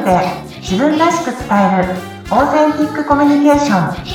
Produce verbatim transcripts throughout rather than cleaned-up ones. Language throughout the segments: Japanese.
ドで自分らしく伝えるオーセンティックコミュニケーション。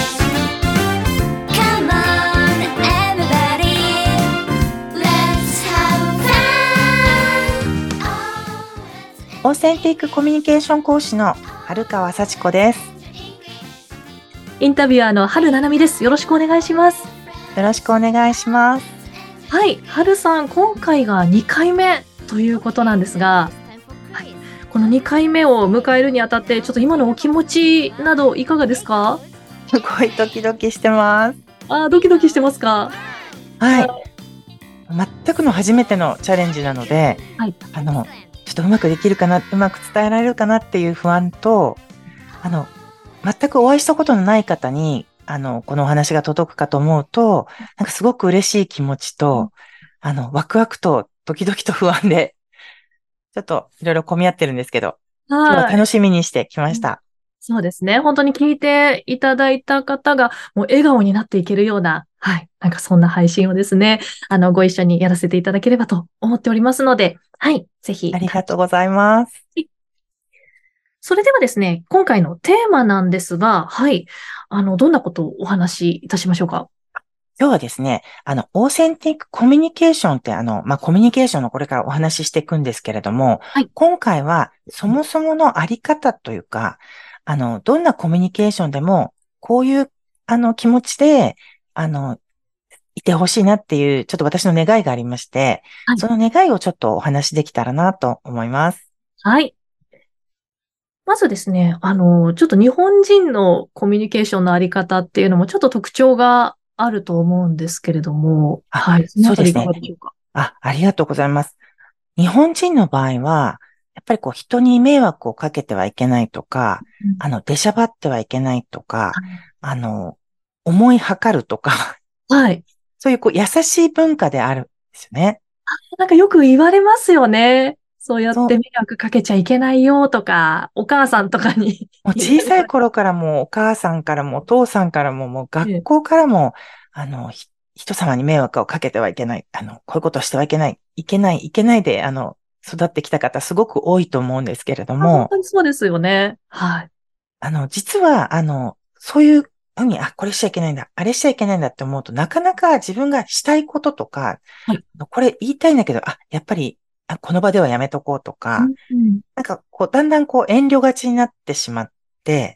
オーセンティックコミュニケーション講師の春川幸子です。 インタビュアーの春七海です。よろしくお願いします。 よろしくお願いします。 はい、春さん、今回がにかいめということなんですが、はい、このにかいめを迎えるにあたって、ちょっと今のお気持ちなどいかがですか？ すごいドキドキしてます。 あー、ドキドキしてますか？ はい。全くの初めてのチャレンジなので、 はい、 あの、ちょっとうまくできるかな、うまく伝えられるかなっていう不安と、あの、全くお会いしたことのない方に、あの、このお話が届くかと思うと、なんかすごく嬉しい気持ちと、あの、ワクワクとドキドキと不安で、ちょっといろいろ混み合ってるんですけど、今日ははい。 楽しみにしてきました。 そうですね。本当に聞いていただいた方が、もう笑顔になっていけるような、はい。なんかそんな配信をですね、あの、ご一緒にやらせていただければと思っておりますので、はい。ぜひ。 ありがとうございます。 それではですね、今回のテーマなんですが、はい。あの、どんなことをお話しいたしましょうか？ 今日はですね、あの、オーセンティックコミュニケーションって、あの、まあ、コミュニケーションのこれからお話ししていくんですけれども、 はい。 今回はそもそものあり方というか、あの、どんなコミュニケーションでも、こういう、あの、気持ちで、あの、いてほしいなっていう、ちょっと私の願いがありまして、 はい。 その願いをちょっとお話しできたらなと思います。 はい。まずですね、あの、ちょっと日本人のコミュニケーションのあり方っていうのもちょっと特徴があると思うんですけれども、 あ、 はい。そのあたりいかそうですね。 がでしょうか？ あ、ありがとうございます。日本人の場合は、やっぱりこう人に迷惑をかけてはいけないとか、 うん。 あの、出しゃばってはいけないとか、 はい。 あの、思いはかるとか、 はい。 そういうこう優しい文化であるんですよね。 なんかよく言われますよね。そうやっそう、 て迷惑かけちゃいけないよとか、お母さんとかにもう言われます。 小さい頃からもうお母さんからもお父さんからももう学ええ。 校からも、あの、ひ人様に迷惑をかけてはいけない。あの、こういうことをしてはいけない。いけない、いけないで、あの、育ってきた方すごく多いと思うんですけれどあ、本も、 当にそうですよね。はい。 あの、実は、あの、そういうふうに、あ、これしちゃいけないんだ、あれしちゃいけないんだって思うと、なかなか自分がしたいこととか、 はい。 これ言いたいんだけど、あ、やっぱり、あ、この場ではやめとこうとか、 うん、うん。 なんかこう、だんだんこう遠慮がちになってしまって、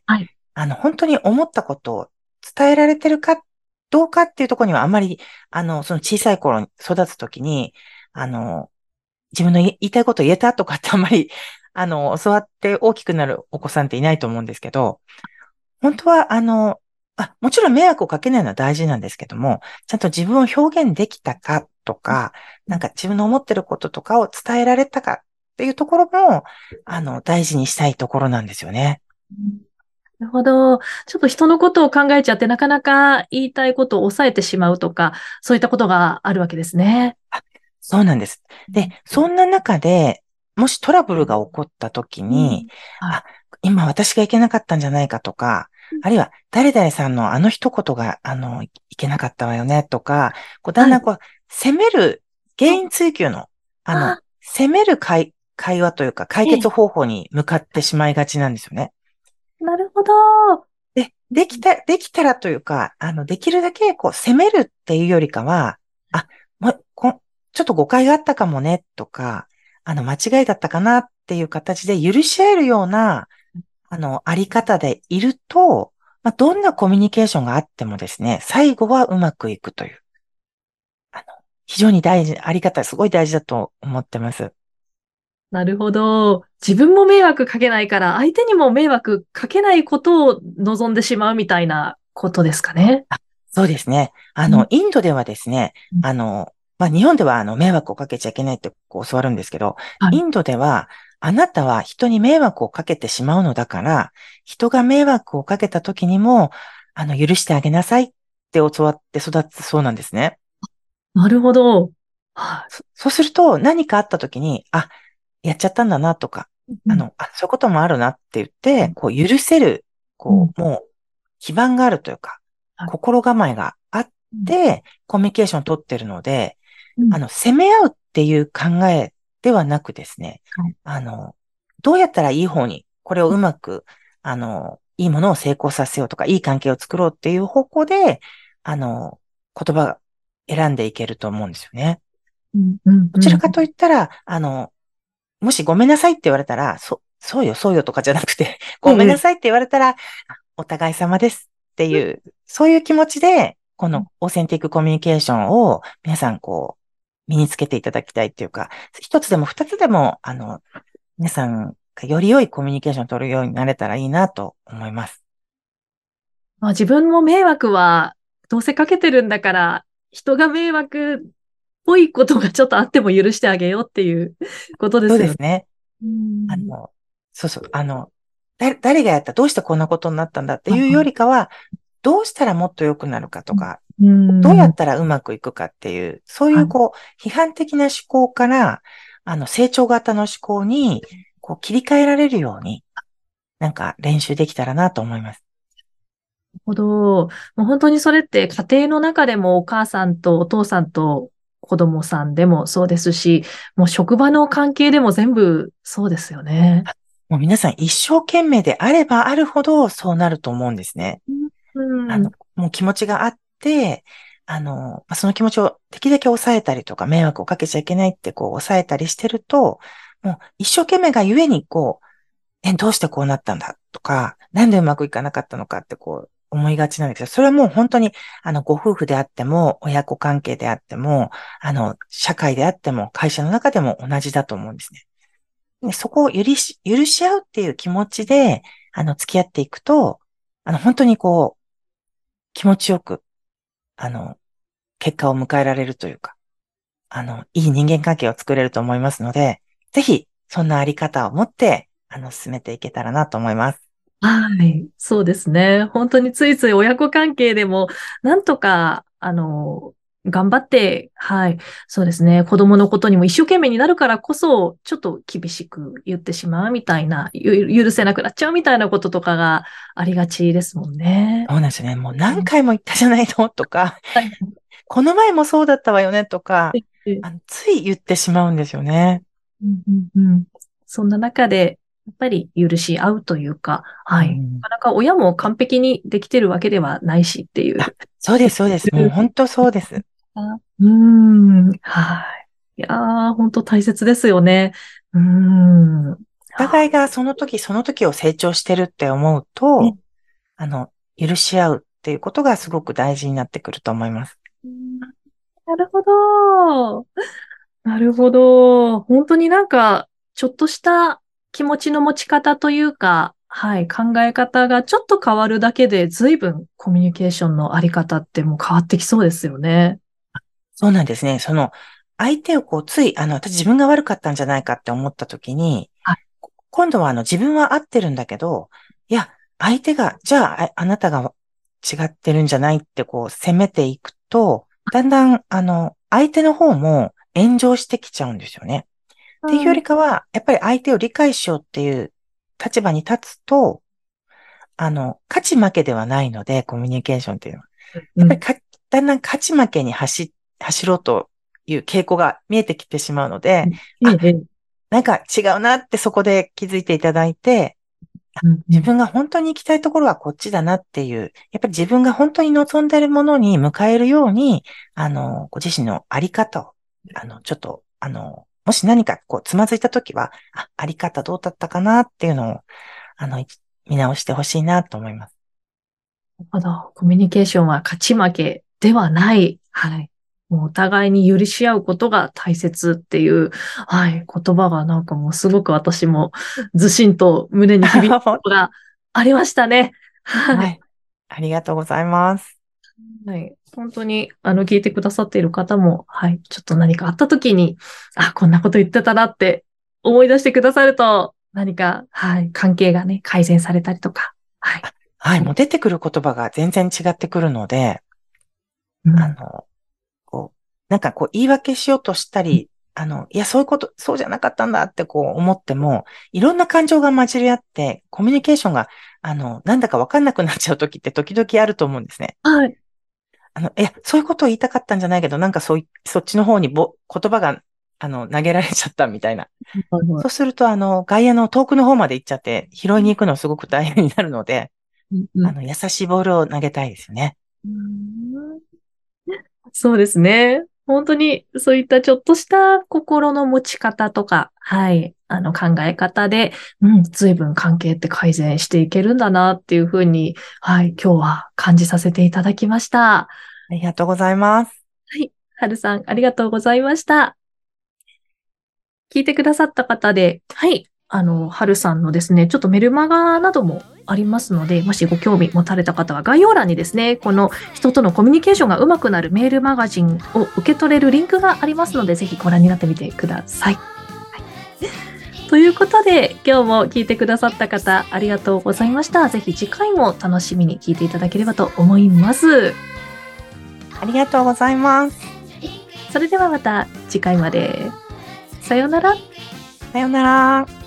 はい。 あの、本当に思ったことを伝えられてるかどうかっていうところにはあまり、あの、その小さい頃に育つときに、あの、自分の言いたいことを言えたとかってあんまり、あの、教わって大きくなるお子さんっていないと思うんですけど、本当は、あの、あ、もちろん迷惑をかけないのは大事なんですけども、ちゃんと自分を表現できたかとか、なんか自分の思ってることとかを伝えられたかっていうところも、あの、大事にしたいところなんですよね。 なるほど。ちょっと人のことを考えちゃって、なかなか言いたいことを抑えてしまうとか、そういったことがあるわけですね。 あ、そうなんです。で、そんな中で、もしトラブルが起こった時に、 うん。はい。 あ、今私がいけなかったんじゃないかとか、あるいは誰々さんのあの一言が、あの、いけなかったわよねとか、こうだんはい。 だんこう、責める、原因追求の、あの、 あ、 責める会、会話というか解ええ。 決方法に向かってしまいがちなんですよね。 なるほど。 で、できた、できたらというか、あの、できるだけこう、責めるっていうよりかは、あ、もう、こ、ちょっと誤解があったかもね、とか、あの、間違いだったかなっていう形で許し合えるような、あの、あり方でいると、まあ、どんなコミュニケーションがあってもですね、最後はうまくいくという、あの、非常に大事、あり方、すごい大事だと思ってます。 なるほど。自分も迷惑かけないから、相手にも迷惑かけないことを望んでしまうみたいなことですかね。 あ、そうですね。あの、 うん。 インドではですね、あの、まあ、日本ではあの、迷惑をかけちゃいけないってこう教わるんですけど、 はい。 インドでは、あなたは人に迷惑をかけてしまうのだから、人が迷惑をかけた時にも、あの、許してあげなさいって教わって育つそうなんですね。 なるほど。はそ、そうすると、何かあった時に、あ、やっちゃったんだなとか、 い。うん。 あの、あ、そういうこともあるなって言って、 うん。 こう、許せる、 うん。 こう、もう、基盤があるというか、 はい。 心構えがあっうん。 て、コミュニケーションを取ってるので、 うん。 あの、責め合うっていう考えではなくですね、 はい。 あの、 どうやったらいい方に、これをうまく、あの、いいものを成功させようとか、いい関係を作ろうっていう方向で、あの、言葉が選んでいけると思うんですよね。 うんうんうん。 どちらかといったら、あの、もしごめんなさいって言われたら、そ、そうよ、そうよとかじゃなくて、ごめんなええ。 さいって言われたら、あお互い様ですっていう、そういう気持ちで、このオーセンティックコミュニケーションを皆さんこう、身につけていただきたいっていうか、一つでも二つでも、あの、皆さんがより良いコミュニケーションを取るようになれたらいいなと思います。 まあ、自分も迷惑はどうせかけてるんだから、人が迷惑っぽいことがちょっとあっても許してあげようっていうことですよね。 そうですね。 うん。 あの、そうそう、あの、だ、誰がやった、どうしてこんなことになったんだっていうよはいはい。 りかは、どうしたらもっと良くなるかとか、 うどうやん。 ったらうまくいくかっていう、そういはい。 うこう、批判的な思考から、あの、成長型の思考に、こう、切り替えられるように、なんか練習できたらなと思います。 ほど。もう本当にそれって家庭の中でもお母さんとお父さんと子供さんでもそうですし、もう職場の関係でも全部そうですよね。 もう皆さん一生懸命であればあるほどそうなると思うんですね。 うん。 あの、もう気持ちがあって、あの、まあその気持ちをできるだけ抑えたりとか、迷惑をかけちゃいけないってこう抑えたりしてると、もう一生懸命がゆえにこう、え、どうしてこうなったんだとか、なんでうまくいかなかったのかってこう思いがちなんですけど、それはもう本当に、あの、ご夫婦であっても、親子関係であっても、あの、社会であっても、会社の中でも同じだと思うんですね。でそこを許し、許し合うっていう気持ちで、あの、付き合っていくと、あの、本当にこう、気持ちよく、あの、結果を迎えられるというか、あの、いい人間関係を作れると思いますので、ぜひ、そんなあり方を持って、あの、進めていけたらなと思います。 はい。そうですね。本当についつい親子関係でも、なんとか、あの、頑張って、はい。そうですね。子供のことにも一生懸命になるからこそ、ちょっと厳しく言ってしまうみたいな、ゆ許せなくなっちゃうみたいなこととかがありがちですもんね。 そうなんですね。もう何うん。 回も言ったじゃないのとか、 はい。 この前もそうだったわよねとか、 ええ。 あの、つい言ってしまうんですよね。 うんうんうん。そんな中で、やっぱり許し合うというか、はい。 うん。 なかなか親も完璧にできてるわけではないしっていあ、 う。 そうです、そうです。もう本当そうです。 あうーん。はい。いやー、本当大切ですよね。うーん。 お互いがその時その時を成長してるって思うと、 えあの、許し合うっていうことがすごく大事になってくると思います。 なるほど。なるほど。本当になんか、ちょっとした気持ちの持ち方というか、はい、考え方がちょっと変わるだけで、随分コミュニケーションのあり方ってもう変わってきそうですよね。 そうなんですね。その、相手をこう、つい、あの、私自分が悪かったんじゃないかって思った時に、 はい。 今度はあの、自分は合ってるんだけど、いや、相手が、じゃあ、ああなたが違ってるんじゃないってこう、責めていくと、だんだん、あの、相手の方も炎上してきちゃうんですよね。っていうようん。 りかは、やっぱり相手を理解しようっていう立場に立つと、あの、勝ち負けではないので、コミュニケーションっていうのは。 うん。 やっぱりか、だんだん勝ち負けに走、走ろうという傾向が見えてきてしまうので、あ、 ええ、ええ。 なんか違うなってそこで気づいていただいて、 うん、うん。 自分が本当に行きたいところはこっちだなっていう、やっぱり自分が本当に望んでいるものに迎えるように、あの、ご自身のあり方を、あの、ちょっと、あの、もし何かこう、つまずいたときは、あ、あり方どうだったかなっていうのを、あの、見直してほしいなと思います。 なるほど。コミュニケーションは勝ち負けではない。はい。もうお互いに許し合うことが大切っていう、はい、言葉がなんかもうすごく私もずしんと胸に響いたことがありましたね。はい。 はい。ありがとうございます。 はい。本当に、あの、聞いてくださっている方も、はい、ちょっと何かあった時に、あ、こんなこと言ってたなって思い出してくださると、何か、はい、関係がね、改善されたりとか、はい。 はい。もう出てくる言葉が全然違ってくるので、 うん。 あの、こう、なんかこう言い訳しようとしたり、あの、いや、そういうこと、そうじゃなかったんだってこう思っても、いろんな感情が混じり合って、コミュニケーションが、あの、なんだかわかんなくなっちゃう時って時々あると思うんですね。 はい。 あの、いや、そういうことを言いたかったんじゃないけど、なんかそうい、そっちの方にぼ、言葉が、 あの、投げられちゃったみたいな。 はいはい。 そうすると、あの、外野の遠くの方まで行っちゃって、拾いに行くのすごく大変になるので、 うんうん。 あの、優しいボールを投げたいですよね。 うーん、そうですね。本当にそういったちょっとした心の持ち方とか、はい、あの考え方で、うん、随分関係って改善していけるんだなっていうふうに、はい、今日は感じさせていただきました。 ありがとうございます。 はい、はるさん、ありがとうございました。聞いてくださった方で、はい、あの、はるさんのですね、ちょっとメルマガなどもありますので、もしご興味持たれた方は概要欄にですね、この人とのコミュニケーションが上手くなるメールマガジンを受け取れるリンクがありますので、ぜひご覧になってみてください。はい、ということで、今日も聞いてくださった方、ありがとうございました。ぜひ次回も楽しみに聞いていただければと思います。 ありがとうございます。 それではまた次回まで。さようなら。 さようなら。